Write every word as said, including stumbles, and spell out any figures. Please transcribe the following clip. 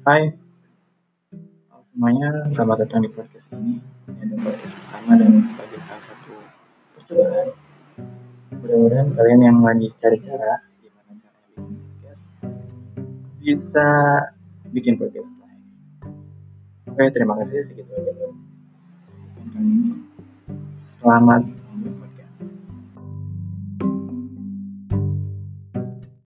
Hai, semuanya, selamat datang di podcast ini. Ini adalah podcast pertama dan sebagai salah satu percobaan. Mudah-mudahan kalian yang lagi cari cara gimana caranya bikin podcast bisa bikin podcast lain. Oke, terima kasih segitu aja buat konten ini. Selamat